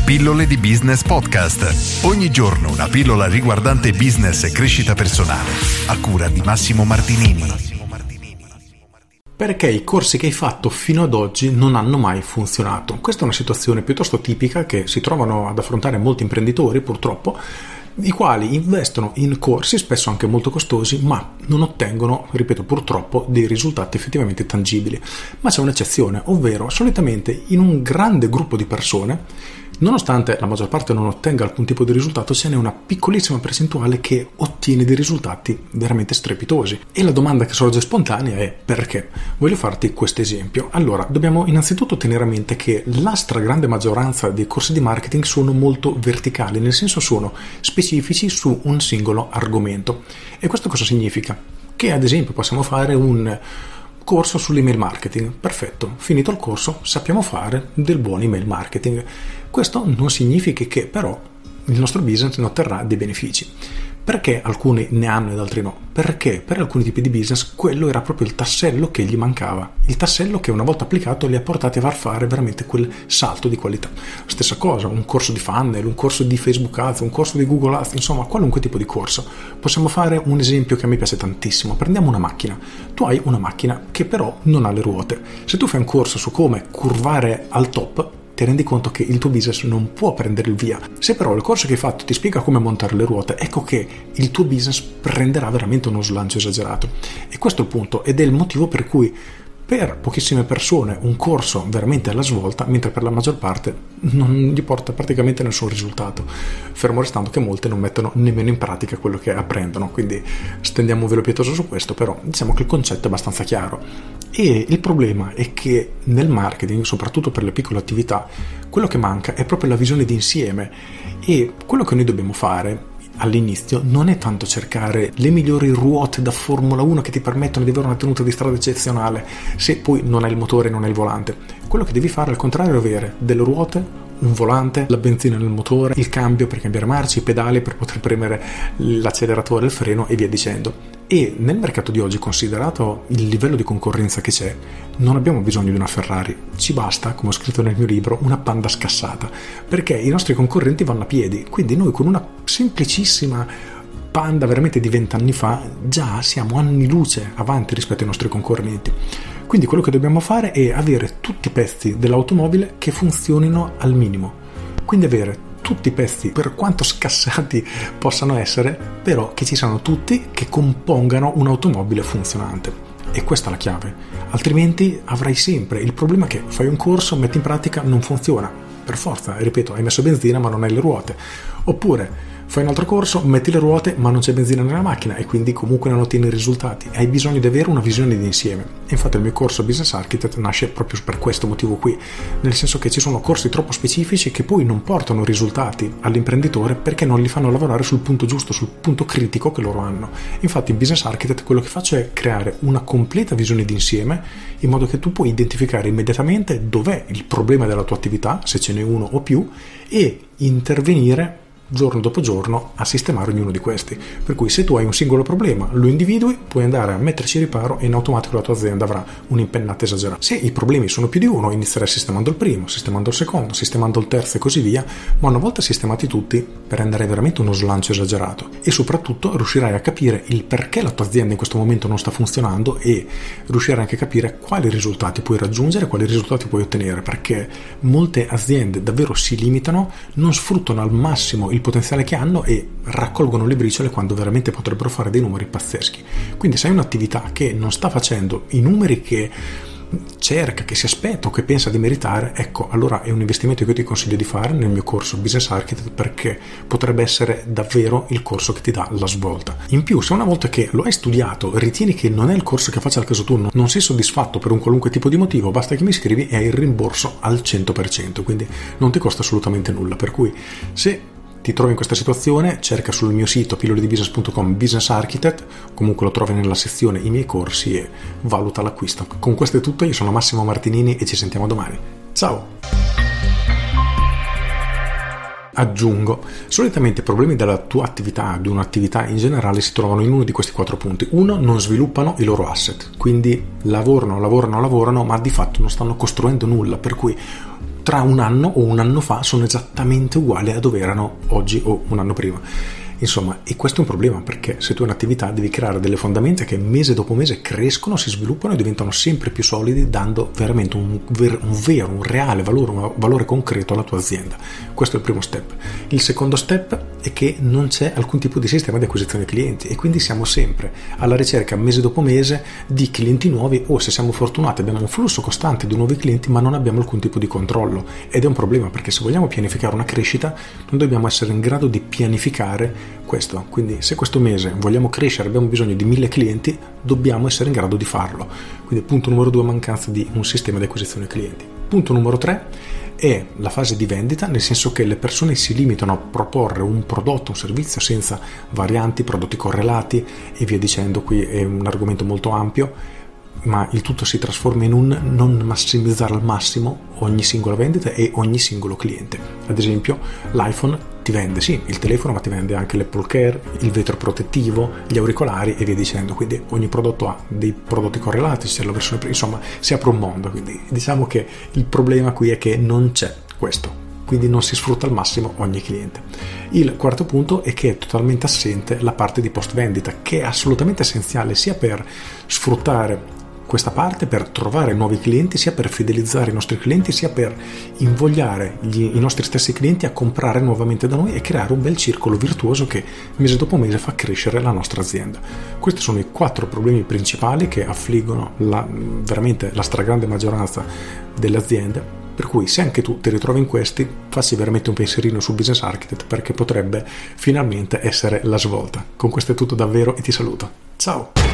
Pillole di Business Podcast. Ogni giorno una pillola riguardante business e crescita personale. A cura di Massimo Martinini. Perché i corsi che hai fatto fino ad oggi non hanno mai funzionato? Questa è una situazione piuttosto tipica che si trovano ad affrontare molti imprenditori, purtroppo, i quali investono in corsi, spesso anche molto costosi, ma non ottengono, ripeto, purtroppo, dei risultati effettivamente tangibili. Ma c'è un'eccezione, ovvero solitamente in un grande gruppo di persone, nonostante la maggior parte non ottenga alcun tipo di risultato, ce n'è una piccolissima percentuale che ottiene dei risultati veramente strepitosi. E la domanda che sorge spontanea è: perché? Voglio farti questo esempio. Allora, dobbiamo innanzitutto tenere a mente che la stragrande maggioranza dei corsi di marketing sono molto verticali, nel senso sono specifici su un singolo argomento. E questo cosa significa? Che ad esempio possiamo fare un corso sull'email marketing. Perfetto, finito il corso sappiamo fare del buon email marketing. Questo non significa che però il nostro business ne otterrà dei benefici. Perché alcuni ne hanno ed altri no? Perché per alcuni tipi di business quello era proprio il tassello che gli mancava, il tassello che una volta applicato li ha portati a far fare veramente quel salto di qualità. Stessa cosa, un corso di funnel, un corso di Facebook Ads, un corso di Google Ads, insomma qualunque tipo di corso. Possiamo fare un esempio che a me piace tantissimo. Prendiamo una macchina. Tu hai una macchina che però non ha le ruote. Se tu fai un corso su come curvare al top, ti rendi conto che il tuo business non può prendere il via. Se però il corso che hai fatto ti spiega come montare le ruote, ecco che il tuo business prenderà veramente uno slancio esagerato. E questo è il punto, ed è il motivo per cui per pochissime persone un corso veramente alla svolta, mentre per la maggior parte non gli porta praticamente nessun risultato, fermo restando che molte non mettono nemmeno in pratica quello che apprendono. Quindi stendiamo un velo pietoso su questo, però diciamo che il concetto è abbastanza chiaro. E il problema è che nel marketing, soprattutto per le piccole attività, quello che manca è proprio la visione d'insieme, e quello che noi dobbiamo fare all'inizio non è tanto cercare le migliori ruote da Formula 1 che ti permettono di avere una tenuta di strada eccezionale se poi non hai il motore e non hai il volante. Quello che devi fare al contrario è avere delle ruote, un volante, la benzina nel motore, il cambio per cambiare marce, i pedali per poter premere l'acceleratore, il freno e via dicendo. E nel mercato di oggi, considerato il livello di concorrenza che c'è, non abbiamo bisogno di una Ferrari, ci basta, come ho scritto nel mio libro, una Panda scassata, perché i nostri concorrenti vanno a piedi, quindi noi con una semplicissima Panda veramente di 20 anni fa già siamo anni luce avanti rispetto ai nostri concorrenti. Quindi quello che dobbiamo fare è avere tutti i pezzi dell'automobile che funzionino al minimo, quindi avere tutti i pezzi, per quanto scassati possano essere, però che ci siano tutti che compongano un'automobile funzionante. E questa è la chiave, altrimenti avrai sempre il problema che fai un corso, metti in pratica, non funziona, per forza, ripeto, hai messo benzina ma non hai le ruote. Oppure fai un altro corso, metti le ruote ma non c'è benzina nella macchina e quindi comunque non ottieni risultati. Hai bisogno di avere una visione d'insieme. E infatti il mio corso Business Architect nasce proprio per questo motivo qui, nel senso che ci sono corsi troppo specifici che poi non portano risultati all'imprenditore perché non li fanno lavorare sul punto giusto, sul punto critico che loro hanno. Infatti in Business Architect quello che faccio è creare una completa visione d'insieme, in modo che tu puoi identificare immediatamente dov'è il problema della tua attività, se ce n'è uno o più, e intervenire giorno dopo giorno a sistemare ognuno di questi. Per cui se tu hai un singolo problema, lo individui, puoi andare a metterci riparo e in automatico la tua azienda avrà un'impennata esagerata. Se i problemi sono più di uno, inizierai sistemando il primo, sistemando il secondo, sistemando il terzo e così via, ma una volta sistemati tutti prenderai veramente uno slancio esagerato e soprattutto riuscirai a capire il perché la tua azienda in questo momento non sta funzionando e riuscirai anche a capire quali risultati puoi raggiungere, quali risultati puoi ottenere, perché molte aziende davvero si limitano, non sfruttano al massimo il potenziale che hanno e raccolgono le briciole quando veramente potrebbero fare dei numeri pazzeschi. Quindi se hai un'attività che non sta facendo i numeri che cerca, che si aspetta o che pensa di meritare, ecco, allora è un investimento che io ti consiglio di fare nel mio corso Business Architect, perché potrebbe essere davvero il corso che ti dà la svolta. In più, se una volta che lo hai studiato ritieni che non è il corso che faccia al caso tuo, non sei soddisfatto per un qualunque tipo di motivo, basta che mi iscrivi e hai il rimborso al 100%, quindi non ti costa assolutamente nulla. Per cui se ti trovi in questa situazione, cerca sul mio sito pilloledibusiness.com Business Architect, comunque lo trovi nella sezione i miei corsi e valuta l'acquisto. Con questo è tutto, io sono Massimo Martinini e ci sentiamo domani. Ciao! Aggiungo, solitamente i problemi della tua attività, di un'attività in generale, si trovano in uno di questi 4 punti. 1. Non sviluppano i loro asset, quindi lavorano, ma di fatto non stanno costruendo nulla, per cui tra un anno o un anno fa sono esattamente uguali a dove erano oggi o un anno prima. Insomma, e questo è un problema, perché se tu hai un'attività devi creare delle fondamenta che mese dopo mese crescono, si sviluppano e diventano sempre più solidi, dando veramente un reale valore, un valore concreto alla tua azienda. Questo è il primo step. Il secondo step è che non c'è alcun tipo di sistema di acquisizione clienti e quindi siamo sempre alla ricerca mese dopo mese di clienti nuovi, o se siamo fortunati abbiamo un flusso costante di nuovi clienti ma non abbiamo alcun tipo di controllo, ed è un problema, perché se vogliamo pianificare una crescita noi dobbiamo essere in grado di pianificare questo. Quindi se questo mese vogliamo crescere, abbiamo bisogno di 1000 clienti, dobbiamo essere in grado di farlo. Quindi punto numero 2, mancanza di un sistema di acquisizione clienti. Punto numero 3 è la fase di vendita, nel senso che le persone si limitano a proporre un prodotto, un servizio senza varianti, prodotti correlati e via dicendo. Qui è un argomento molto ampio, ma il tutto si trasforma in un non massimizzare al massimo ogni singola vendita e ogni singolo cliente. Ad esempio, l'iPhone ti vende sì il telefono, ma ti vende anche l'Apple Care, il vetro protettivo, gli auricolari e via dicendo. Quindi ogni prodotto ha dei prodotti correlati, c'è la versione insomma si apre un mondo. Quindi diciamo che il problema qui è che non c'è questo, quindi non si sfrutta al massimo ogni cliente. Il quarto punto è che è totalmente assente la parte di post vendita, che è assolutamente essenziale sia per sfruttare questa parte, per trovare nuovi clienti, sia per fidelizzare i nostri clienti, sia per invogliare i nostri stessi clienti a comprare nuovamente da noi e creare un bel circolo virtuoso che mese dopo mese fa crescere la nostra azienda. Questi sono i 4 problemi principali che affliggono veramente la stragrande maggioranza delle aziende, per cui se anche tu ti ritrovi in questi, facci veramente un pensierino su Business Architect, perché potrebbe finalmente essere la svolta. Con questo è tutto davvero e ti saluto. Ciao!